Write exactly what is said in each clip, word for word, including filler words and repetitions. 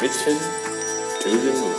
Mission to the Moon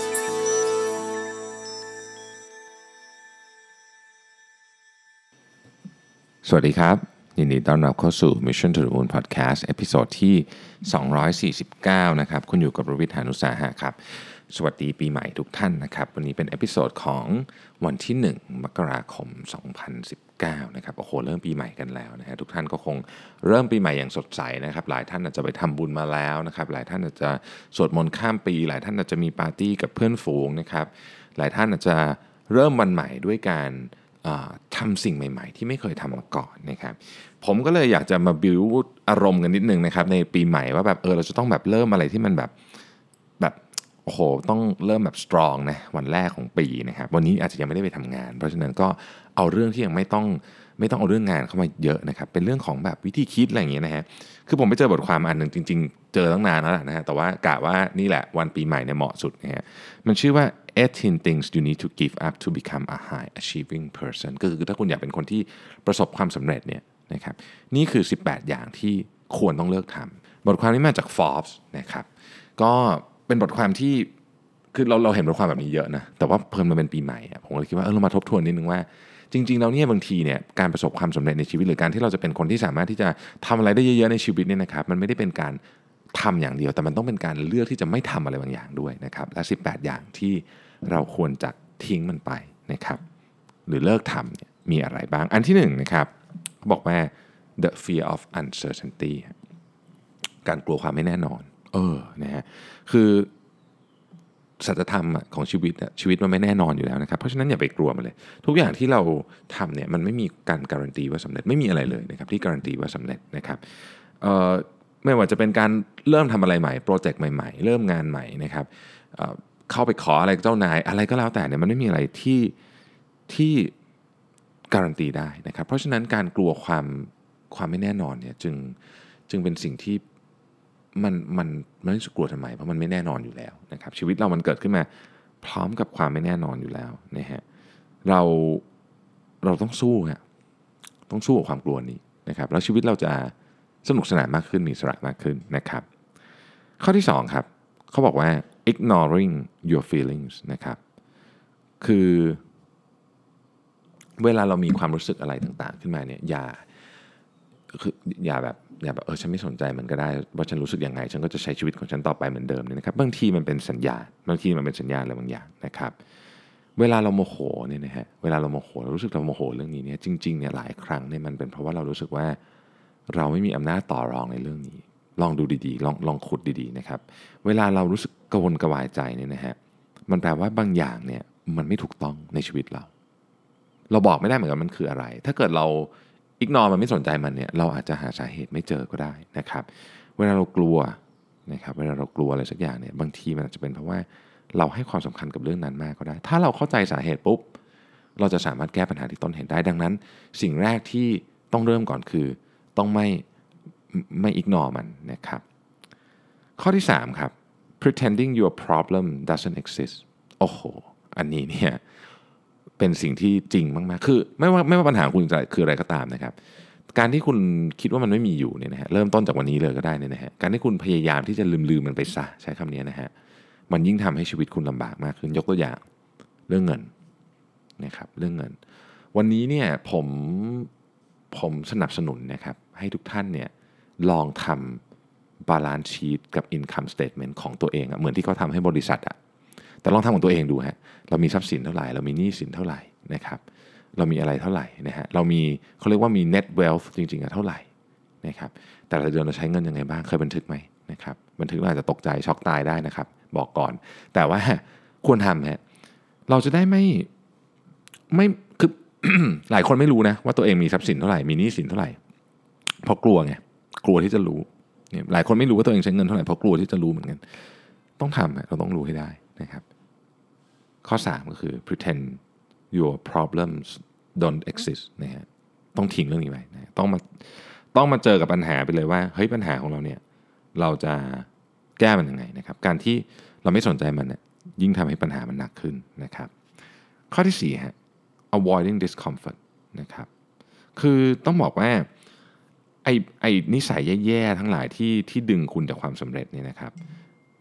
สวัสดีครับยินดีต้อนรับเข้าสู่ Mission to the Moon Podcast เอพิโซดที่สองร้อยสี่สิบเก้านะครับคุณอยู่กับรวิทย์ หาญอุตสาหะครับสวัสดีปีใหม่ทุกท่านนะครับวันนี้เป็นเอพิโซดของวันที่หนึ่งมกราคมสองพันสิบเก้านะครับโอ้โหเริ่มปีใหม่กันแล้วนะฮะทุกท่านก็คงเริ่มปีใหม่อย่างสดใสนะครับหลายท่านอาจจะไปทำบุญมาแล้วนะครับหลายท่านอาจจะสวดมนต์ข้ามปีหลายท่านอาจจะมีปาร์ตี้กับเพื่อนฝูงนะครับหลายท่านอาจจะเริ่มวันใหม่ด้วยการทำสิ่งใหม่ๆที่ไม่เคยทำมาก่อนนะครับผมก็เลยอยากจะมาบิวอารมณ์กันนิดนึงนะครับในปีใหม่ว่าแบบเออเราจะต้องแบบเริ่มอะไรที่มันแบบแบบโอ้โหต้องเริ่มแบบสตรองนะวันแรกของปีนะครับวันนี้อาจจะยังไม่ได้ไปทำงานเพราะฉะนั้นก็เอาเรื่องที่ยังไม่ต้องไม่ต้องเอาเรื่องงานเข้ามาเยอะนะครับเป็นเรื่องของแบบวิธีคิดอะไรอย่างเงี้ยนะฮะคือผมไปเจอบทความอันหนึ่งจริงๆเจอตั้งนานแล้วนะฮะแต่ว่ากะว่านี่แหละวันปีใหม่เนี่ยเหมาะสุดนะฮะมันชื่อว่าeighteen things you need to give up to become a high achieving person ก็คือถ้าคุณอยากเป็นคนที่ประสบความสำเร็จเนี่ยนะครับนี่คือสิบแปดอย่างที่ควรต้องเลิกทำบทความนี้มาจาก Forbes นะครับก็เป็นบทความที่คือเราเราเห็นบทความแบบนี้เยอะนะแต่ว่าเพิ่มมาเป็นปีใหม่ผมเลยคิดว่าเออเรามาทบทวนนิดนึงว่าจริงๆแล้วเนี่ยบางทีเนี่ยการประสบความสำเร็จในชีวิตหรือการที่เราจะเป็นคนที่สามารถที่จะทำอะไรได้เยอะๆในชีวิตเนี่ยนะครับมันไม่ได้เป็นการทำอย่างเดียวแต่มันต้องเป็นการเลือกที่จะไม่ทำอะไรบางอย่างด้วยนะครับและสิบแปดอย่างที่เราควรจะทิ้งมันไปนะครับหรือเลิกทำเนี่ยมีอะไรบ้างอันที่หนึ่งนะครับเขาบอกว่า the fear of uncertainty การกลัวความไม่แน่นอนเออนะฮะคือสัจธรรมของชีวิตชีวิตมันไม่แน่นอนอยู่แล้วนะครับเพราะฉะนั้นอย่าไปกลัวมันเลยทุกอย่างที่เราทำเนี่ยมันไม่มีการการันตีว่าสำเร็จไม่มีอะไรเลยนะครับที่การันตีว่าสำเร็จนะครับเอ่อไม่ว่าจะเป็นการเริ่มทำอะไรใหม่โปรเจกต์ใหม่ๆเริ่มงานใหม่นะครับเอ่อเข้าไปขออะไรเจ้านายอะไรก็แล้วแต่เนี่ยมันไม่มีอะไรที่ที่การันตีได้นะครับเพราะฉะนั้นการกลัวความความไม่แน่นอนเนี่ยจึงจึงเป็นสิ่งที่มันมันมันไม่กลัวทำไมเพราะมันไม่แน่นอนอยู่แล้วนะครับชีวิตเรามันเกิดขึ้นมาพร้อมกับความไม่แน่นอนอยู่แล้วนะฮะเราเราต้องสู้ฮะต้องสู้กับความกลัวนี้นะครับแล้วชีวิตเราจะสนุกสนานมากขึ้นมีอิสระมากขึ้นนะครับข้อที่สองครับเขาบอกว่า ignoring your feelings นะครับคือเวลาเรามีความรู้สึกอะไรต่างๆขึ้นมาเนี่ยอย่าคืออย่าแบบอย่าแบบเออฉันไม่สนใจมันก็ได้ว่าฉันรู้สึกยังไงฉันก็จะใช้ชีวิตของฉันต่อไปเหมือนเดิมเนี่ยนะครับบางทีมันเป็นสัญญาณบางทีมันเป็นสัญญาณอะไรบางอย่างนะครับเวลาเราโมโหเนี่ยนะฮะเวลาเราโมโหเรารู้สึกเราโมโหเรื่องนี้เนี่ยจริงๆเนี่ยหลายครั้งเนี่ยมันเป็นเพราะว่าเรารู้สึกว่าเราไม่มีอำนาจต่อรองในเรื่องนี้ลองดูดีๆลองลองขุดดีๆนะครับเวลาเรารู้สึกกระวนกระวายใจเนี่ยนะฮะมันแปลว่าบางอย่างเนี่ยมันไม่ถูกต้องในชีวิตเราเราบอกไม่ได้เหมือนกันมันคืออะไรถ้าเกิดเราอิกนอร์มันไม่สนใจมันเนี่ยเราอาจจะหาสาเหตุไม่เจอก็ได้นะครับเวลาเรากลัวนะครับเวลาเรากลัวอะไรสักอย่างเนี่ยบางทีมันอาจจะเป็นเพราะว่าเราให้ความสำคัญกับเรื่องนั้นมากก็ได้ถ้าเราเข้าใจสาเหตุปุ๊บเราจะสามารถแก้ปัญหาที่ต้นเหตุได้ดังนั้นสิ่งแรกที่ต้องเริ่มก่อนคือต้องไม่ไม่อิกนอร์มันนะครับข้อที่สามครับ pretending your problem doesn't exist โอ้โหอันนี้เนี่ยเป็นสิ่งที่จริงมากๆคือไม่ว่าไม่ว่าปัญหาคุณจะคืออะไรก็ตามนะครับการที่คุณคิดว่ามันไม่มีอยู่เนี่ยนะฮะเริ่มต้นจากวันนี้เลยก็ได้เนี่ยนะฮะการที่คุณพยายามที่จะลืมๆมันไปซะใช้คำนี้นะฮะมันยิ่งทำให้ชีวิตคุณลำบากมากขึ้นยกตัวอย่างเรื่องเงินนะครับเรื่องเงินวันนี้เนี่ยผมผมสนับสนุนนะครับให้ทุกท่านเนี่ยลองทำ balance sheet กับ income statement ของตัวเองเหมือนที่เขาทำให้บริษัทอะแต่ลองทำของตัวเองดูฮะเรามีทรัพย์สินเท่าไหร่เรามีหนี้สินเท่าไหร่นะครับเรามีอะไรเท่าไหร่นะฮะเรามีเขาเรียกว่ามี net wealth จริงๆอะเท่าไหร่นะครับแต่ละเดือนเราใช้เงินยังไงบ้างเคยบันทึกไหมนะครับบันทึกอาจจะตกใจช็อกตายได้นะครับบอกก่อนแต่ว่าควรทำฮะเราจะได้ไม่ไม่คือ หลายคนไม่รู้นะว่าตัวเองมีทรัพย์สินเท่าไหร่มีหนี้สินเท่าไหร่เพราะกลัวไงกลัวที่จะรู้เนี่ยหลายคนไม่รู้ว่าตัวเองใช้เงินเท่าไหร่เพราะกลัวที่จะรู้เหมือนกันต้องทำเราต้องรู้ให้ได้นะครับข้อสามก็คือ pretend your problems don't exist นะฮะต้องทิ้งเรื่องนี้ไว้นะต้องมาต้องมาเจอกับปัญหาไปเลยว่าเฮ้ยปัญหาของเราเนี่ยเราจะแก้มันยังไงนะครับการที่เราไม่สนใจมันเนี่ยยิ่งทำให้ปัญหามันหนักขึ้นนะครับข้อที่สี่ฮะ avoiding discomfort นะครับคือต้องบอกว่าไอ้ไอ้นิสัยแย่ๆทั้งหลายที่ที่ดึงคุณจากความสำเร็จเนี่ยนะครับ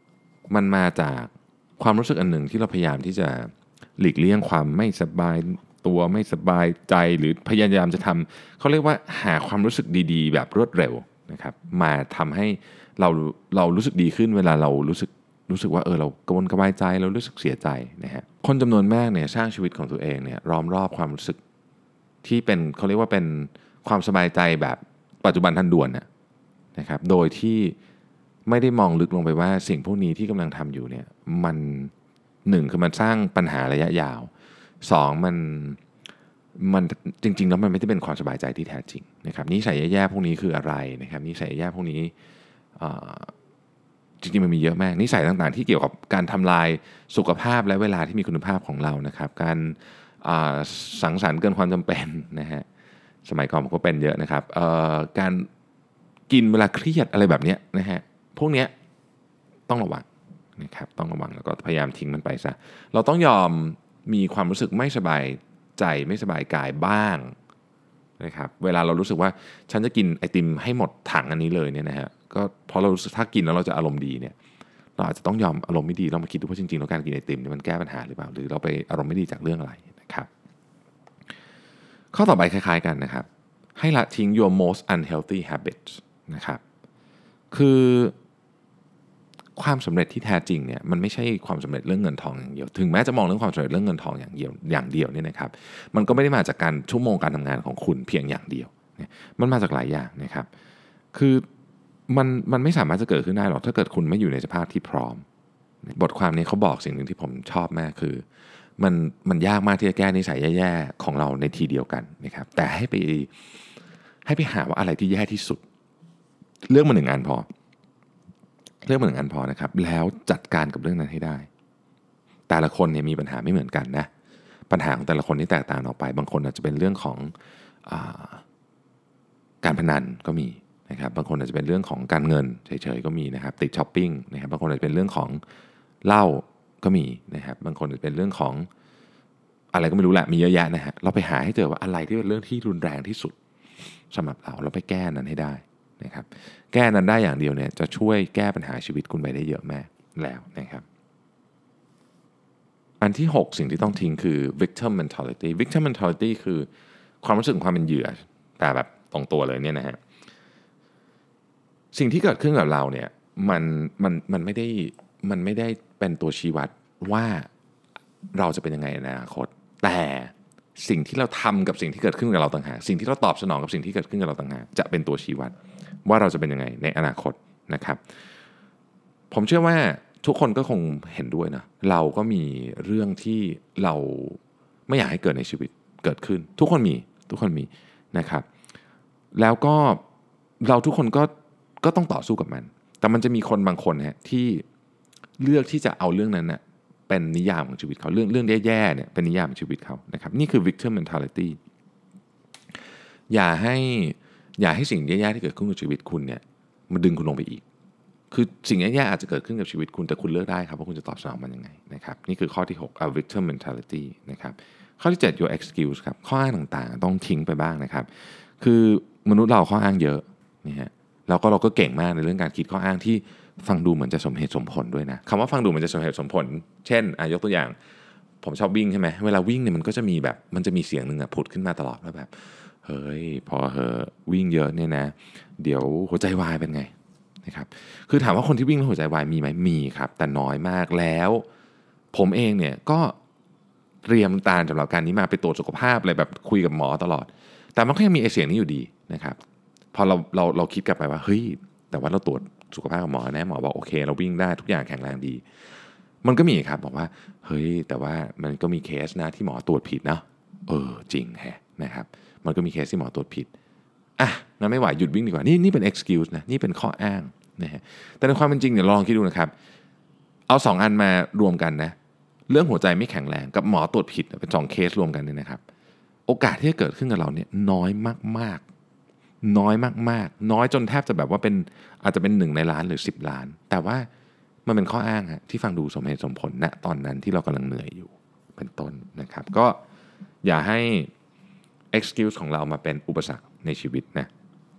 มันมาจากความรู้สึกอันหนึ่งที่เราพยายามที่จะหลีกเลี่ยงความไม่สบายตัวไม่สบายใจหรือพยายามจะทำเขาเรียกว่าหาความรู้สึกดีๆแบบรวดเร็วนะครับมาทำให้เราเรารู้สึกดีขึ้นเวลาเรารู้สึกรู้สึกว่าเออเรากังวลกระวายใจเรารู้สึกเสียใจนะฮะคนจำนวนมากเนี่ยสร้างชีวิตของตัวเองเนี่ยล้อมรอบความรู้สึกที่เป็นเขาเรียกว่าเป็นความสบายใจแบบปัจจุบันทันด่วนนะนะครับโดยที่ไม่ได้มองลึกลงไปว่าสิ่งพวกนี้ที่กำลังทำอยู่เนี่ยมันหนึ่งคือมันสร้างปัญหาระยะยาวสองมันมันจริงๆแล้วมันไม่ได้เป็นความสบายใจที่แท้จริงนะครับนิสัยแย่ๆพวกนี้คืออะไรนะครับนิสัยแย่ๆพวกนี้จริงๆมันมีเยอะมากนิสัยต่างๆที่เกี่ยวกับการทำลายสุขภาพและเวลาที่มีคุณภาพของเรานะครับการสังสรรค์เกินความจำเป็นนะฮะสมัยก่อนผมก็เป็นเยอะนะครับการกินเวลาเครียดอะไรแบบนี้นะฮะพวกนี้ต้องระวังนะครับต้องระวังแล้วก็พยายามทิ้งมันไปซะเราต้องยอมมีความรู้สึกไม่สบายใจไม่สบายกายบ้างนะครับเวลาเรารู้สึกว่าฉันจะกินไอติมให้หมดถังอันนี้เลยเนี่ยนะฮะก็พอเรารู้สึกถ้ากินแล้วเราจะอารมณ์ดีเนี่ยเราอาจจะต้องยอมอารมณ์ไม่ดีเรามาคิดดูว่าจริงๆแล้วการกินไอติมเนี่ยมันแก้ปัญหาหรือเปล่าหรือเราไปอารมณ์ไม่ดีจากเรื่องอะไรนะครับข้อต่อไปคล้ายๆกันนะครับให้ละทิ้ง your most unhealthy habits นะครับคือความสำเร็จที่แท้จริงเนี่ยมันไม่ใช่ความสำเร็จเรื่องเงินทองอย่างเดียวถึงแม้จะมองเรื่องความสำเร็จเรื่องเงินทองอย่างเดียวอย่างเดียวเนี่ยนะครับมันก็ไม่ได้มาจากการชั่วโมงการทำงานของคุณเพียงอย่างเดียวมันมาจากหลายอย่างนะครับคือมันมันไม่สามารถจะเกิดขึ้นได้หรอกถ้าเกิดคุณไม่อยู่ในสภาพที่พร้อมบทความนี้เขาบอกสิ่งหนึ่งที่ผมชอบมากคือมันมันยากมากที่จะแก้นิสัยแย่ๆของเราในทีเดียวกันนะครับแต่ให้ไปให้ไปหาว่าอะไรที่แย่ที่สุดเลือกมาหนึ่งอันพอเรื่องเหมือนกันพอนะครับแล้วจัดการกับเรื่องนั้นให้ได้แต่ละคนเนี่ยมีปัญหาไม่เหมือนกันนะปัญหาของแต่ละคนที่แตกต่างออกไปบางคนอาจจะเป็นเรื่องของอาการพนันก็มีนะครับบางคนอาจจะเป็นเรื่องของการเงินเฉยๆก็มีนะครับติดช้อปปิ้งนะครับบางคนอาจจะเป็นเรื่องของเหล้าก็มีนะครับบางคนอาจจะเป็นเรื่องของอะไรก็ไม่รู้แหละมีเยอะแยะนะฮะเราไปหาให้เจอว่าอะไรที่เป็นเรื่องที่รุนแรงที่สุดสำหรับเราเราไปแก้นั้นให้ได้นะครับแก้นั้นได้อย่างเดียวเนี่ยจะช่วยแก้ปัญหาชีวิตคุณไปได้เยอะมากแล้วนะครับอันที่หกสิ่งที่ต้องทิ้งคือ victim mentality victim mentality คือความรู้สึกของความเป็นเหยื่อแต่แบบตรงตัวเลยเนี่ยนะฮะสิ่งที่เกิดขึ้นกับเราเนี่ยมันมันมันไม่ได้มันไม่ได้เป็นตัวชี้วัดว่าเราจะเป็นยังไงในอนาคตแต่สิ่งที่เราทำกับสิ่งที่เกิดขึ้นกับเราต่างหากสิ่งที่เราตอบสนองกับสิ่งที่เกิดขึ้นกับเราต่างหากจะเป็นตัวชี้วัดว่าเราจะเป็นยังไงในอนาคตนะครับผมเชื่อว่าทุกคนก็คงเห็นด้วยนะเราก็มีเรื่องที่เราไม่อยากให้เกิดในชีวิตเกิดขึ้นทุกคนมีทุกคนมีนะครับแล้วก็เราทุกคนก็ก็ต้องต่อสู้กับมันแต่มันจะมีคนบางคนฮะที่เลือกที่จะเอาเรื่องนั้นนะเป็นนิยามของชีวิตเขาเรื่องเรื่องแย่ๆเนี่ยเป็นนิยามของชีวิตเขานะครับนี่คือ victim mentality อย่าให้อย่าให้สิ่งแย่ๆที่เกิดขึ้นกับชีวิตคุณเนี่ยมันดึงคุณลงไปอีกคือสิ่งแย่ๆอาจจะเกิดขึ้นกับชีวิตคุณแต่คุณเลือกได้ครับว่าคุณจะตอบสนองมันยังไงนะครับนี่คือข้อที่หก a victim mentality นะครับข้อที่เจ็ด your excuse ครับข้ออ้างต่างๆต้องทิ้งไปบ้างนะครับคือมนุษย์เราข้ออ้างเยอะนี่ฮะแล้วก็เราก็เก่งมากในเรื่องการคิดข้ออ้างที่ฟังดูเหมือนจะสมเหตุสมผลด้วยนะคำว่าฟังดูเหมือนจะสมเหตุสมผลเช่นยกตัวอย่างผมชอบวิ่งใช่ไหมเวลาวิ่งเนี่ยมันก็จะมีแบบมันจะมีเสียงหนึ่งผุดขึ้นมาตลอดว่าแบบเฮ้ยพอเหอะวิ่งเยอะเนี่ยนะเดี๋ยวหัวใจวายเป็นไงนะครับคือถามว่าคนที่วิ่งแล้วหัวใจวายมีไหมมีครับแต่น้อยมากแล้วผมเองเนี่ยก็เตรียมตามสำหรับการนี้มาไปตรวจสุขภาพอะไรแบบคุยกับหมอตลอดแต่มันก็ยังมีไอเสียงนี้อยู่ดีนะครับพอเราเราเราคิดกลับไปว่าเฮ้ยแต่ว่าเราตรวจสุขภาพกับหมอแน่หมอบอกโอเคเราวิ่งได้ทุกอย่างแข็งแรงดีมันก็มีครับบอกว่าเฮ้ยแต่ว่ามันก็มีเคสนะที่หมอตรวจผิดนะเออจริงแฮะนะครับมันก็มีเคสที่หมอตรวจผิดอ่ะงั้นไม่ไหวหยุดวิ่งดีกว่านี่นี่เป็น excuse นะนี่เป็นข้ออ้างนะฮะแต่ในความเป็นจริงเนี่ยลองคิดดูนะครับเอาสองอันมารวมกันนะเรื่องหัวใจไม่แข็งแรงกับหมอตรวจผิดเป็นสองเคสรวมกันเนี่ยนะครับโอกาสที่จะเกิดขึ้นกับเราเนี่ยน้อยมากๆน้อยมากๆน้อยจนแทบจะแบบว่าเป็นอาจจะเป็นหนึ่งในล้านหรือสิบล้านแต่ว่ามันเป็นข้ออ้างฮะที่ฟังดูสมเหตุสมผลณตอนนั้นที่เรากำลังเหนื่อยอยู่เป็นต้นนะครับก็อย่าให้ excuse ของเรามาเป็นอุปสรรคในชีวิตนะ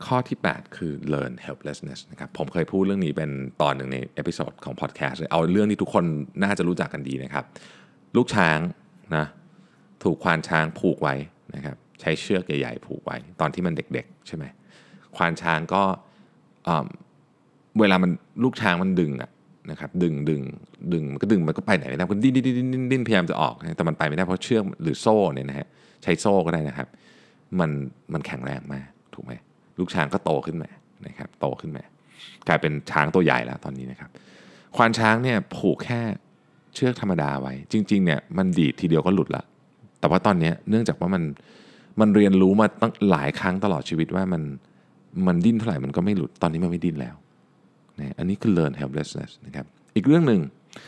ข้อที่แปดคือ learn helplessness นะครับผมเคยพูดเรื่องนี้เป็นตอนหนึ่งในเอพิโซดของพอดแคสต์เอาเรื่องที่ทุกคนน่าจะรู้จักกันดีนะครับลูกช้างนะถูกควานช้างผูกไว้นะครับใช้เชือกใหญ่ๆผูกไว้ตอนที่มันเด็กๆใช่ไหมควานช้างก็เวลามันลูกช้างมันดึงอะนะครับดึงดึงดึงมันก็ดึงมันก็ไปไหนไม่ได้มันดิ้นดิ้นดิ้นดิ้นดิ้นพยายามจะออกแต่มันไปไม่ได้เพราะเชือกหรือโซ่เนี่ยนะฮะใช้โซ่ก็ได้นะครับมันมันแข็งแรงมากถูกไหมลูกช้างก็โตขึ้นมานะครับโตขึ้นมากลายเป็นช้างตัวใหญ่แล้วตอนนี้นะครับควานช้างเนี่ยผูกแค่เชือกธรรมดาไว้จริงๆเนี่ยมันดีดทีเดียวก็หลุดละแต่ว่าตอนนี้เนื่องจากว่ามันมันเรียนรู้มาตั้งหลายครั้งตลอดชีวิตว่ามันมันดิ้นเท่าไหร่มันก็ไม่หลุดตอนนี้มันไม่ดิ้นแล้วนะอันนี้คือ learn helplessness นะครับอีกเรื่องหนึ่ง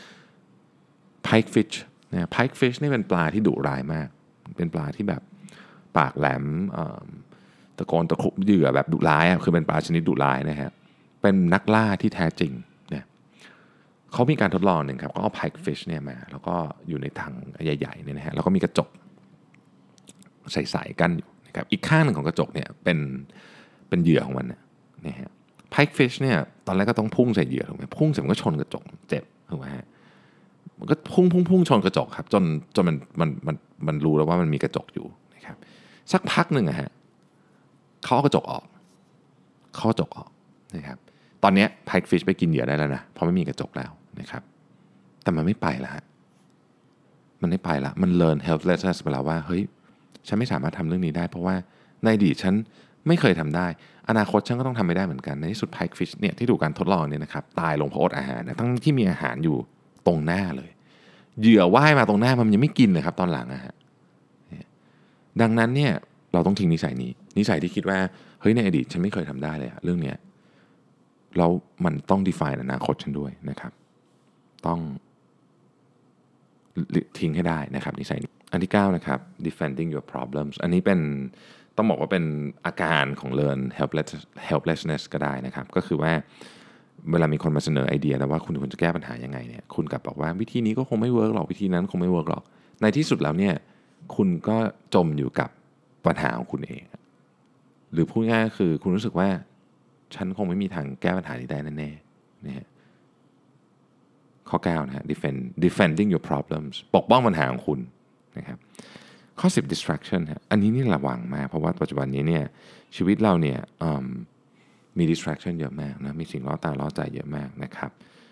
pike fish นะ pike fish นี่เป็นปลาที่ดุร้ายมากเป็นปลาที่แบบปากแหลมตะโกนตะคุบเหยื่อแบบดุร้ายคือเป็นปลาชนิดดุร้ายนะฮะเป็นนักล่าที่แท้จริงเนี่ยเขามีการทดลองหนึ่งครับก็เอา pike fish เนี่ยมาแล้วก็อยู่ในถังใหญ่ๆเนี่ยนะฮะแล้วก็มีกระจกใสๆกั้นอยู่นะครับอีกข้างหนึ่งของกระจกเนี่ยเป็นเป็นเหยื่อของมันนะฮะ pike fish เนี่ยตอนแรกก็ต้องพุ่งใส่เหยื่อถูกไหมพุ่งเสร็จมันก็ชนกระจกเจ็บถูกไหมฮะมันก็พุ่งพุ่งพุ่งชนกระจกครับจนจนมันมันมันมันรู้แล้วว่ามันมีกระจกอยู่นะครับสักพักหนึ่งอะฮะเขาเอากระจกออกเขากระจกออกนะครับตอนนี้ pike fish ไปกินเหยื่อได้แล้วนะเพราะไม่มีกระจกแล้วนะครับแต่มันไม่ไปละฮะมันไม่ไปละมัน learn helplessness ไปแล้วว่าเฮ้ยฉันไม่สามารถทำเรื่องนี้ได้เพราะว่าในอดีตฉันไม่เคยทำได้อนาคตฉันก็ต้องทำไม่ได้เหมือนกันในที่สุด pike fish เนี่ยที่ถูกการทดลองเนี่ยนะครับตายลงเพราะอดอาหารนะทั้งที่มีอาหารอยู่ตรงหน้าเลยเหยื่อว่ายมาตรงหน้ามันยังไม่กินเลยครับตอนหลังอะฮะดังนั้นเนี่ยเราต้องทิ้งนิสัยนี้นิสัยที่คิดว่าเฮ้ยในอดีตฉันไม่เคยทำได้เลยเรื่องเนี้ยแล้วมันต้อง define อนาคตฉันด้วยนะครับต้องทิ้งให้ได้นะครับนิสัยนี้อันที่เก้านะครับ defending your problems อันนี้เป็นต้องบอกว่าเป็นอาการของ learn helpless helplessness ก็ได้นะครับก็คือว่าเวลามีคนมาเสนอไอเดียแล้วว่าคุณควรจะแก้ปัญหายังไงเนี่ยคุณกลับบอกว่าวิธีนี้ก็คงไม่เวิร์กหรอกวิธีนั้นคงไม่เวิร์กหรอกในที่สุดแล้วเนี่ยคุณก็จมอยู่กับปัญหาของคุณเองหรือพูดง่ายๆคือคุณรู้สึกว่าฉันคงไม่มีทางแก้ปัญหานี้ได้แน่ๆนะฮะข้อเก้านะฮะ defend defending your problems ปกป้องปัญหาของคุณนะครับข้อสิบ distraction ฮะอันนี้นี่ระวังมากเพราะว่าปัจจุบันนี้เนี่ยชีวิตเราเนี่ยมี distraction เยอะมากนะมีสิ่งล่อตาล่อใจเยอะมากนะครับ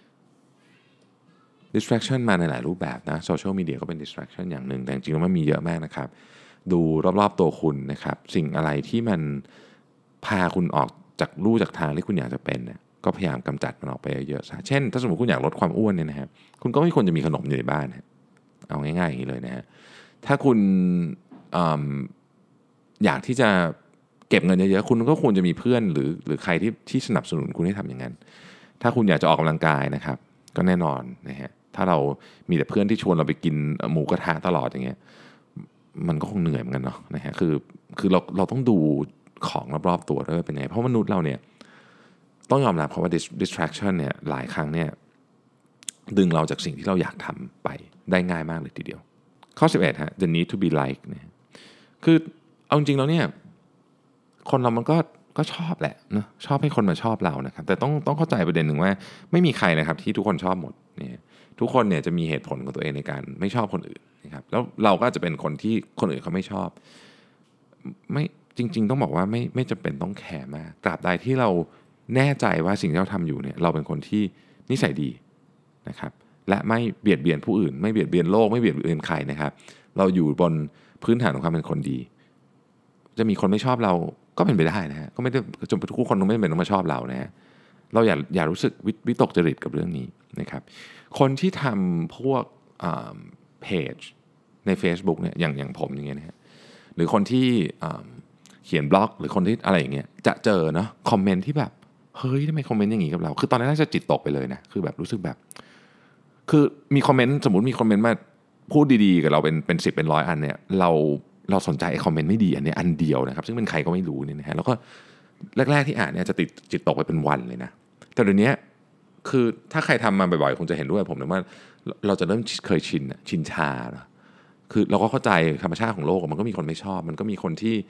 distraction มาในหลายรูปแบบนะโซเชียลมีเดียก็เป็น distraction อย่างหนึ่งแต่จริงๆแล้วมันมีเยอะมากนะครับดูรอบๆตัวคุณนะครับสิ่งอะไรที่มันพาคุณออกจากลู่จากทางที่คุณอยากจะเป็นเนี่ยก็พยายามกำจัดมันออกไปเยอะๆเช่นถ้าสมมติคุณอยากลดความอ้วนเนี่ยนะครับคุณก็ไม่ควรจะมีขนมอยู่ในบ้านนะเอาง่ายๆอย่างนี้เลยนะฮะถ้าคุณออยากที่จะเก็บเงินเยอะๆคุณก็ควรจะมีเพื่อนหรือหรือใครที่ที่สนับสนุนคุณให้ทำอย่างนั้นถ้าคุณอยากจะออกกำลังกายนะครับก็แน่นอนนะฮะถ้าเรามีแต่เพื่อนที่ชวนเราไปกินหมูกระทะตลอดอย่างเงี้ยมันก็คงเหนื่อยเหมือนกันเนาะนะฮะคือคือเราเราต้องดูของรอบๆตัวด้วยเป็นไงเพราะมนุษย์เราเนี่ยต้องยอมรับเพราะว่า distraction เนี่ยหลายครั้งเนี่ยดึงเราจากสิ่งที่เราอยากทำไปได้ง่ายมากเลยทีเดียวข้อสิบเอ็ดฮะ the need to be liked นะคือเอาจริงๆแล้วเนี่ยคนเรามันก็ก็ชอบแหละนะชอบให้คนมาชอบเรานะครับแต่ต้องต้องเข้าใจประเด็นหนึ่งว่าไม่มีใครนะครับที่ทุกคนชอบหมดเนี่ยทุกคนเนี่ยจะมีเหตุผลของตัวเองในการไม่ชอบคนอื่นนะครับแล้วเราก็จะเป็นคนที่คนอื่นเขาไม่ชอบไม่จริงๆต้องบอกว่าไม่ไม่จำเป็นต้องแคร์มากตราบใดที่เราแน่ใจว่าสิ่งที่เราทำอยู่เนี่ยเราเป็นคนที่นิสัยดีนะครับและไม่เบียดเบียนผู้อื่นไม่เบียดเบียนโลกไม่เบียดเบียนใครนะครับเราอยู่บนพื้นฐานของความเป็นคนดีจะมีคนไม่ชอบเราก็เป็นไปได้นะฮะก็ไม่ได้จนทุกคนต้องไม่เป็นต้องมาชอบเรานะฮะเราอย่าอย่ารู้สึกวิตกจริตกับเรื่องนี้นะครับคนที่ทำพวกเพจใน Facebook เนี่ยอย่างอย่างผมอย่างเงี้ยนะฮะหรือคนที่เขียนบล็อกหรือคนที่อะไรอย่างเงี้ยจะเจอเนาะคอมเมนต์ที่แบบเฮ้ยทำไมคอมเมนต์อย่างงี้กับเราคือตอนนั้นน่าจะจิตตกไปเลยนะคือแบบรู้สึกแบบคือมีคอมเมนต์สมมุติมีคอมเมนต์มาพูดดีๆกับเราเป็นเป็นสิบเป็นร้อยอันเนี่ยเราเราสนใจไอ้คอมเมนต์ไม่ดีอันนี้อันเดียวนะครับซึ่งเป็นใครก็ไม่รู้เนี่ยนะฮะแล้วก็แรกๆที่อ่านเนี่ยจะติดจิตตกไปเป็นวันเลยนะแต่เดี๋ยวนี้คือถ้าใครทำมาบ่อยๆคงจะเห็นด้วยผมนะว่าเราจะเริ่มเคยชินชินชาเนาะคือเราก็เข้าใจธรรมชาติของโลกมันก็มีคนไม่ชอบมันก็มีคนที่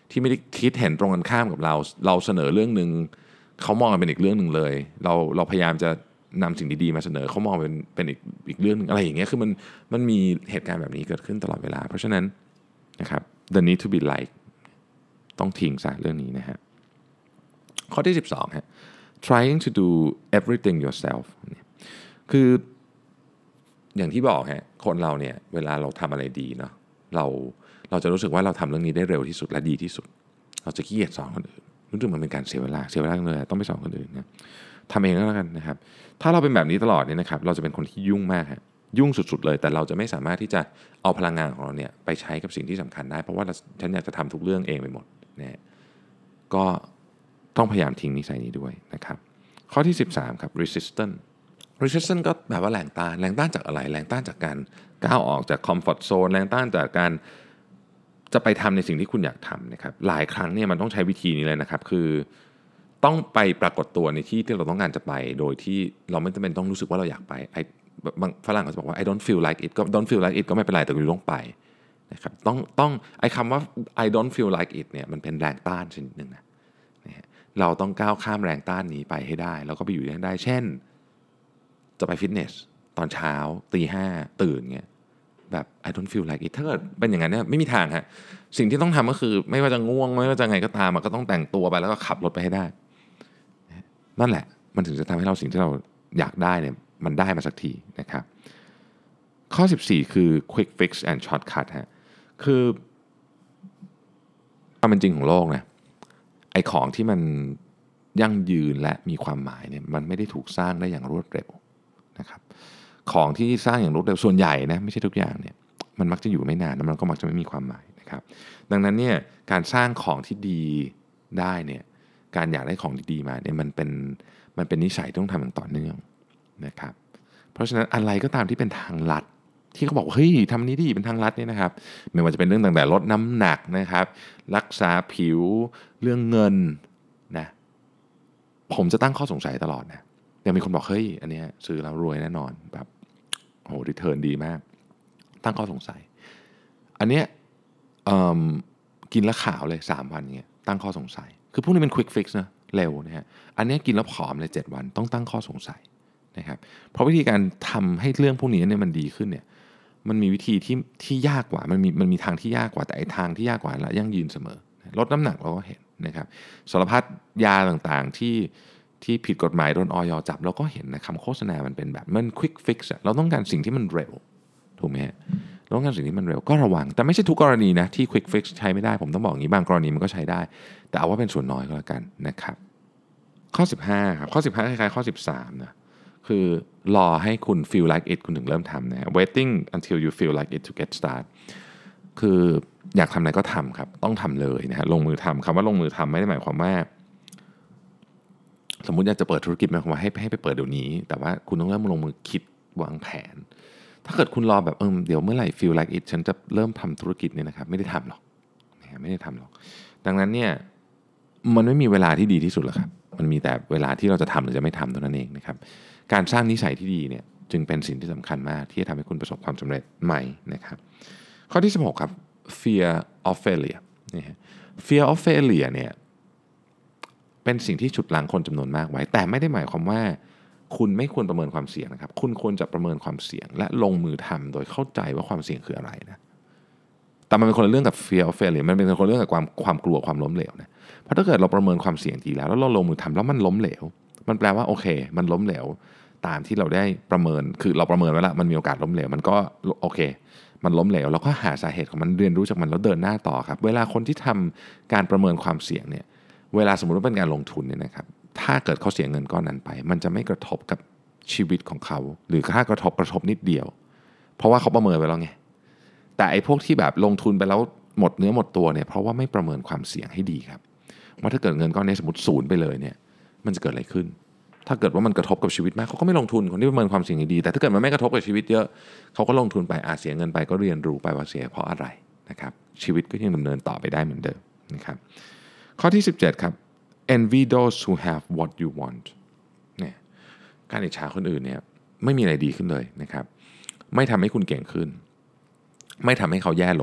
ที่ไม่ได้คิดเห็นตรงกันข้ามกับเราเราเสนอเรื่องนึงเขามองเป็นอีกเรื่องนึงเลยเราเราพยายามจะนำสิ่งดีๆมาเสนอเขามองเป็นเป็นอีกอีกเรื่องนึงอะไรอย่างเงี้ยคือมันมันมีเหตุการณ์แบบนี้เกิดขึ้นตลอดเวลาเพราะฉะนั้นนะครับ the need to be like ต้องทิ้งซะเรื่องนี้นะฮะข้อที่สิบสองฮะ trying to do everything yourself คืออย่างที่บอกฮะคนเราเนี่ยเวลาเราทำอะไรดีเนาะเราเราจะรู้สึกว่าเราทำเรื่องนี้ได้เร็วที่สุดและดีที่สุดเราจะขี้เกียจสอนคนอื่นรู้สึกมันเป็นการเสียเวลาเสียเวลาเลยต้องไปสอนคนอื่นนะทำเองก็แล้วกันนะครับถ้าเราเป็นแบบนี้ตลอดเนี่ยนะครับเราจะเป็นคนที่ยุ่งมากฮะยุ่งสุดๆเลยแต่เราจะไม่สามารถที่จะเอาพลังงานของเราเนี่ยไปใช้กับสิ่งที่สำคัญได้เพราะว่าฉันอยากจะทำทุกเรื่องเองไปหมดนะก็ต้องพยายามทิ้งนิสัยนี้ด้วยนะครับข้อที่สิบสามครับ resistance resistance ก็แปลว่าแรงต้านแรงต้านจากอะไรแรงต้านจากการก้าวออกจาก comfort zone แรงต้านจากการจะไปทำในสิ่งที่คุณอยากทำนะครับหลายครั้งเนี่ยมันต้องใช้วิธีนี้เลยนะครับคือต้องไปปรากฏตัวในที่ที่เราต้องการจะไปโดยที่เราไม่จำเป็นต้องรู้สึกว่าเราอยากไปไอ้บางฝรั่งก็จะบอกว่า I don't feel like it ก็ don't feel like it ก็ไม่เป็นไรแต่คุณต้องไปนะครับต้องต้องไอ้คำว่า I don't feel like it เนี่ยมันเป็นแรงต้านชนิดหนึ่งนะเราต้องก้าวข้ามแรงต้านนี้ไปให้ได้แล้วก็ไปอยู่ได้เช่นจะไปฟิตเนสตอนเช้าตีห้าตื่นเงี้ยแบบ I don't feel like it ถ้าเกิดเป็นอย่างนั้นเนี่ยไม่มีทางฮะสิ่งที่ต้องทำก็คือไม่ว่าจะง่วงไม่ว่าจะไงก็ตามมันก็ต้องแต่งตัวไปแล้วก็ขับรถไปให้ได้นั่นแหละมันถึงจะทำให้เราสิ่งที่เราอยากได้เนี่ยมันได้มาสักทีนะครับข้อสิบสี่คือ quick fix and shortcut ฮะคือความเป็นจริงของโลกนะไอ้ของที่มันยั่งยืนและมีความหมายเนี่ยมันไม่ได้ถูกสร้างได้อย่างรวดเร็วนะครับของที่สร้างอย่างรวดเร็วส่วนใหญ่นะไม่ใช่ทุกอย่างเนี่ยมันมักจะอยู่ไม่นานแล้วมันก็มักจะไม่มีความหมายนะครับดังนั้นเนี่ยการสร้างของที่ดีได้เนี่ยการอยากได้ของดีๆมาเนี่ยมันเป็นมันเป็นนิสัยที่ต้องทำอย่างต่อเนื่องนะครับเพราะฉะนั้นอะไรก็ตามที่เป็นทางลัดที่เขาบอกเฮ้ยทำนี้ดีเป็นทางลัดเนี่ยนะครับไม่ว่าจะเป็นเรื่องต่างๆลดน้ำหนักนะครับรักษาผิวเรื่องเงินนะผมจะตั้งข้อสงสัยตลอดนะยังมีคนบอกเฮ้ยอันนี้ซื้อแล้วรวยแน่นอนแบบโอ้โหรีเทิร์นดีมากตั้งข้อสงสัยอันเนี้ยกินแล้วขาวเลยสามวันเงี้ยตั้งข้อสงสัยคือพวกนี้เป็น quick fix นะเร็วนะฮะอันนี้กินแล้วผอมเลยเจ็ดวันต้องตั้งข้อสงสัยนะครับเพราะวิธีการทำให้เรื่องพวกนี้เนี่ยมันดีขึ้นเนี่ยมันมีวิธีที่ที่ยากกว่ามันมีมันมีทางที่ยากกว่าแต่ไอ้ทางที่ยากกว่าละยั่งยืนเสมอลดน้ำหนักเราก็เห็นนะครับสารพัดยาต่างๆที่ที่ผิดกฎหมายโดนอย.จับเราก็เห็นนะคำโฆษณามันเป็นแบบมัน quick fix อะเราต้องการสิ่งที่มันเร็วถูกไหมฮะเราต้องการสิ่งที่มันเร็วก็ระวังแต่ไม่ใช่ทุกกรณีนะที่ quick fix ใช้ไม่ได้ผมต้องบอกอย่างนี้บางกรณีมันก็ใช้ได้แต่เอาว่าเป็นส่วนน้อยก็แล้วกันนะครับข้อสิบห้าครับข้อสิบห้าคล้ายๆข้อสิบสามนะคือรอให้คุณ feel like it คุณถึงเริ่มทำนะ waiting until you feel like it to get start คืออยากทำอะไรก็ทำครับต้องทำเลยนะฮะลงมือทำคำว่าลงมือทำไม่ได้หมายความว่าสมมุติอยากจะเปิดธุรกิจหมายความว่าให้ให้ไปเปิดเดี๋ยวนี้แต่ว่าคุณต้องเริ่มลงมือคิดวางแผนถ้าเกิดคุณรอแบบเออเดี๋ยวเมื่อไหร่ feel like it ฉันจะเริ่มทำธุรกิจเนี่ยนะครับไม่ได้ทำหรอกนะไม่ได้ทำหรอกดังนั้นเนี่ยมันไม่มีเวลาที่ดีที่สุดหรอกครับมันมีแต่เวลาที่เราจะทำหรือจะไม่ทำเท่านั้นเองนะครับการสร้างนิสัยที่ดีเนี่ยจึงเป็นสิ่งที่สำคัญมากที่จะทำให้คุณประสบความสำเร็จใหม่นะครับข้อที่สิบหกครับ fear of failure นี่ฮะ fear of failure เนี่ยเป็นสิ่งที่ฉุดรั้งคนจำนวนมากไว้แต่ไม่ได้หมายความว่าคุณไม่ควรประเมินความเสี่ยงนะครับคุณควรจะประเมินความเสี่ยงและลงมือทำโดยเข้าใจว่าความเสี่ยงคืออะไรนะแต่มันเป็นคนละเรื่องกับ fear of failure มันเป็นคนละเรื่องกับความความกลัวความล้มเหลวนะเพราะถ้าเกิดเราประเมินความเสี่ยงดีแล้วแล้วเราลงมือทำแล้วมันล้มเหลวมันแปลว่าโอเคมันล้มเหลวตามที่เราได้ประเมินคือเราประเมินไว้แล้วมันมีโอกาสล้มเหลวมันก็โอเคมันล้มเหลวแล้วก็หาสาเหตุของมันเรียนรู้จากมันแล้วเดินหน้าต่อครับเวลาคนที่ทำการประเมินความเสี่ยงเนี่ยเวลาสมมุติว่าเป็นการลงทุนเนี่ยนะครับถ้าเกิดเขาเสียเงินก้อนนั้นไปมันจะไม่กระทบกับชีวิตของเขาหรือถ้ากระทบกระทบนิดเดียวเพราะว่าเขาประเมินไว้แล้วไงแต่ไอ้พวกที่แบบลงทุนไปแล้วหมดเนื้อหมดตัวเนี่ยเพราะว่าไม่ประเมินความเสี่ยงให้ดีครับว่าถ้าเกิดเงินก้อนนี้สมมติศูนย์ไปเลยเนี่ยมันจะเกิดอะไรขึ้นถ้าเกิดว่ามันกระทบกับชีวิตมากเขาก็ไม่ลงทุนคนที่ประเมินความเสี่ยงดีแต่ถ้าเกิดมันไม่กระทบกับชีวิตเยอะเขาก็ลงทุนไปอาเสียเงินไปก็เรียนรู้ไปว่าเสียเพราะอะไรนะครับชีวิตก็ยังดำเนินต่อไปได้เหมือนเดิมนะครับข้อที่สิบเจ็ดครับ envy those who have what you want เนี่ยการอิจฉาคนอื่นเนี่ยไม่มีอะไรดีขึ้นเลยนะครับไม่ทำให้คุณเก่งขึ้นไม่ทำให้เขาแย่ลง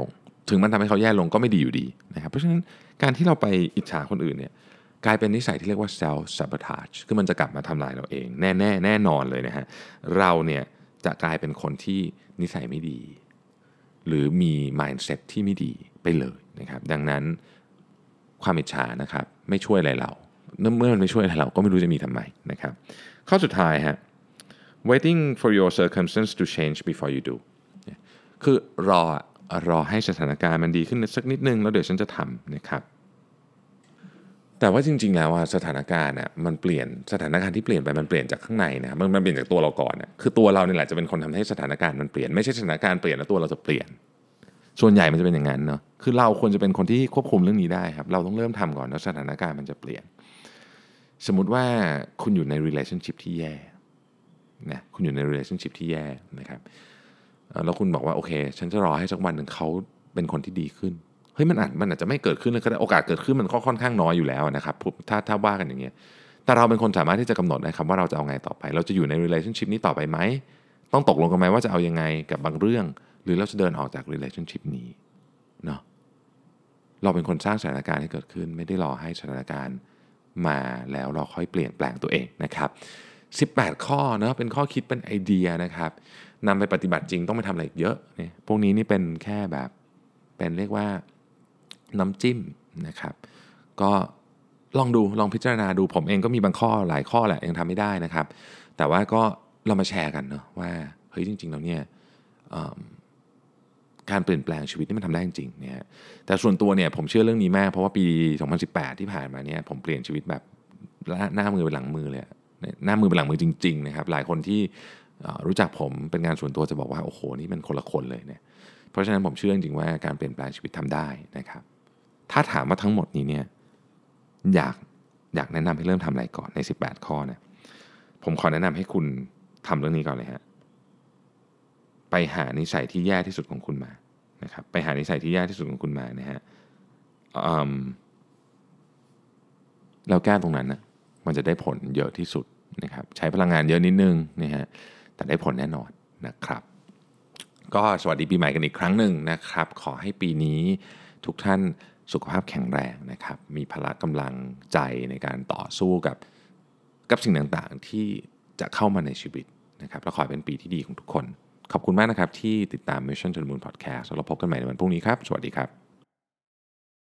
ถึงมันทำให้เขาแย่ลงก็ไม่ดีอยู่ดีนะครับเพราะฉะนั้นการที่เราไปอิจฉาคนอื่นเนี่ยกลายเป็นนิสัยที่เรียกว่า self sabotage คือมันจะกลับมาทำลายเราเองแน่ๆแน่นอนเลยนะฮะเราเนี่ยจะกลายเป็นคนที่นิสัยไม่ดีหรือมี mindset ที่ไม่ดีไปเลยนะครับดังนั้นความอิจฉานะครับไม่ช่วยอะไรเราเมื่อมันไม่ช่วยอะไรเราก็ไม่รู้จะมีทำไมนะครับข้อสุดท้ายฮะ waiting for your circumstance to change before you do คือรอรอให้สถานการณ์มันดีขึ้นสักนิดนึงแล้วเดี๋ยวฉันจะทำนะครับแต่ว่าจริงๆแล้วอะสถานการณ์อะมันเปลี่ยนสถานการณ์ที่เปลี่ยนไปมันเปลี่ยนจากข้างในนะมันมันเปลี่ยนจากตัวเราก่อนอะคือตัวเราเนี่ยแหละจะเป็นคนทำให้สถานการณ์มันเปลี่ยนไม่ใช่สถานการณ์เปลี่ยนแล้วตัวเราจะเปลี่ยนส่วนใหญ่มันจะเป็นอย่างนั้นเนาะคือเราควรจะเป็นคนที่ควบคุมเรื่องนี้ได้ครับเราต้องเริ่มทำก่อนแล้วสถานการณ์มันจะเปลี่ยนสมมุติว่าคุณอยู่ใน relationship ที่แย่นะคุณอยู่ใน relationship ที่แย่นะครับแล้วคุณบอกว่าโอเคฉันจะรอให้สักวันหนึ่งเขาเป็นคนที่ดีขึ้นเฮ้ยมันอาจมันอาจจะไม่เกิดขึ้นเลยก็ได้โอกาสเกิดขึ้นมันก็ค่อนข้างน้อยอยู่แล้วนะครับถ้าถ้าว่ากันอย่างเงี้ยแต่เราเป็นคนสามารถที่จะกำหนดได้ครับว่าเราจะเอาไงต่อไปเราจะอยู่ใน relationship นี้ต่อไปไหมต้องตกลงกันไหมว่าจะเอายังไงกับบางเรื่องหรือเราจะเดินออกจาก relationship นี้เนาะเราเป็นคนสร้างสถานการณ์ให้เกิดขึ้นไม่ได้รอให้สถานการณ์มาแล้วเราค่อยเปลี่ยนแปลงตัวเองนะครับสิบแปดข้อเนาะเป็นข้อคิดเป็นไอเดียนะครับนำไปปฏิบัติจริงต้องไปทำอะไรเยอะเนี่ยพวกนี้นี่เป็นแค่แบบเป็นเรียกว่าน้ำจิ้มนะครับก็ลองดูลองพิจารณาดูผมเองก็มีบางข้อหลายข้อแหละยังทำไม่ได้นะครับแต่ว่าก็เรามาแชร์กันเนาะว่าเฮ้ยจริงๆแล้วเนี่ยการเปลี่ยนแปลงชีวิตนี่มันทำได้จริงๆเนี่ยแต่ส่วนตัวเนี่ยผมเชื่อเรื่องนี้มากเพราะว่าปีสองพันสิบแปดที่ผ่านมาเนี่ยผมเปลี่ยนชีวิตแบบหน้ามือเป็นหลังมือเลยหน้ามือเป็นหลังมือจริงๆนะครับหลายคนที่รู้จักผมเป็นงานส่วนตัวจะบอกว่าโอ้โหนี่มันคนละคนเลยเนี่ยเพราะฉะนั้นผมเชื่อจริงๆว่าการเปลี่ยนแปลงชีวิตทำได้นะครับถ้าถามว่าทั้งหมดนี้เนี่ยอยากอยากแนะนำให้เริ่มทำอะไรก่อนในสิบแปดข้อนะผมขอแนะนำให้คุณทำเรื่องนี้ก่อนเลยฮะไปหานิสัยที่แย่ที่สุดของคุณมานะครับไปหานิสัยที่แย่ที่สุดของคุณมานะฮะแล้วแก้ตรงนั้นนะมันจะได้ผลเยอะที่สุดนะครับใช้พลังงานเยอะนิดนึงนะฮะแต่ได้ผลแน่นอนนะครับก็สวัสดีปีใหม่กันอีกครั้งหนึ่งนะครับขอให้ปีนี้ทุกท่านสุขภาพแข็งแรงนะครับมีพละกำลังใจในการต่อสู้กับกับสิ่งต่างๆที่จะเข้ามาในชีวิตนะครับและขอให้เป็นปีที่ดีของทุกคนขอบคุณมากนะครับที่ติดตาม Mission to the Moon Podcast แล้วเราพบกันใหม่ในวันพรุ่งนี้ครับสวัสดีครับ